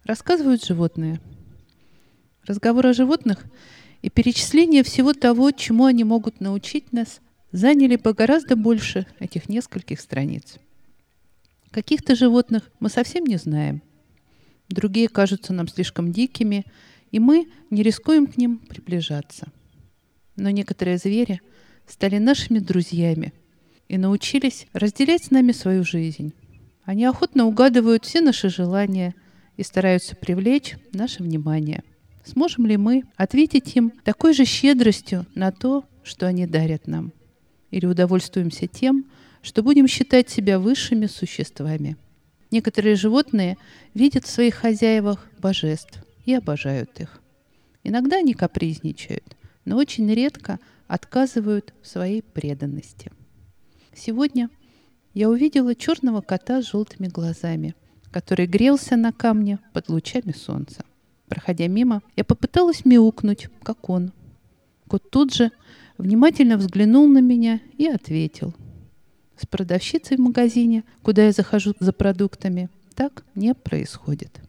Рассказывают животные. Разговор о животных и перечисление всего того, чему они могут научить нас, заняли бы гораздо больше этих нескольких страниц. Каких-то животных мы совсем не знаем. Другие кажутся нам слишком дикими, и мы не рискуем к ним приближаться. Но некоторые звери стали нашими друзьями и научились разделять с нами свою жизнь. Они охотно угадывают все наши желания и стараются привлечь наше внимание. Сможем ли мы ответить им такой же щедростью на то, что они дарят нам? Или удовольствуемся тем, что будем считать себя высшими существами? Некоторые животные видят в своих хозяевах божеств и обожают их. Иногда они капризничают, но очень редко отказывают в своей преданности. Сегодня я увидела черного кота с желтыми глазами, который грелся на камне под лучами солнца. Проходя мимо, я попыталась мяукнуть, как он. Кот тут же внимательно взглянул на меня и ответил: «С продавщицей в магазине, куда я захожу за продуктами, так не происходит».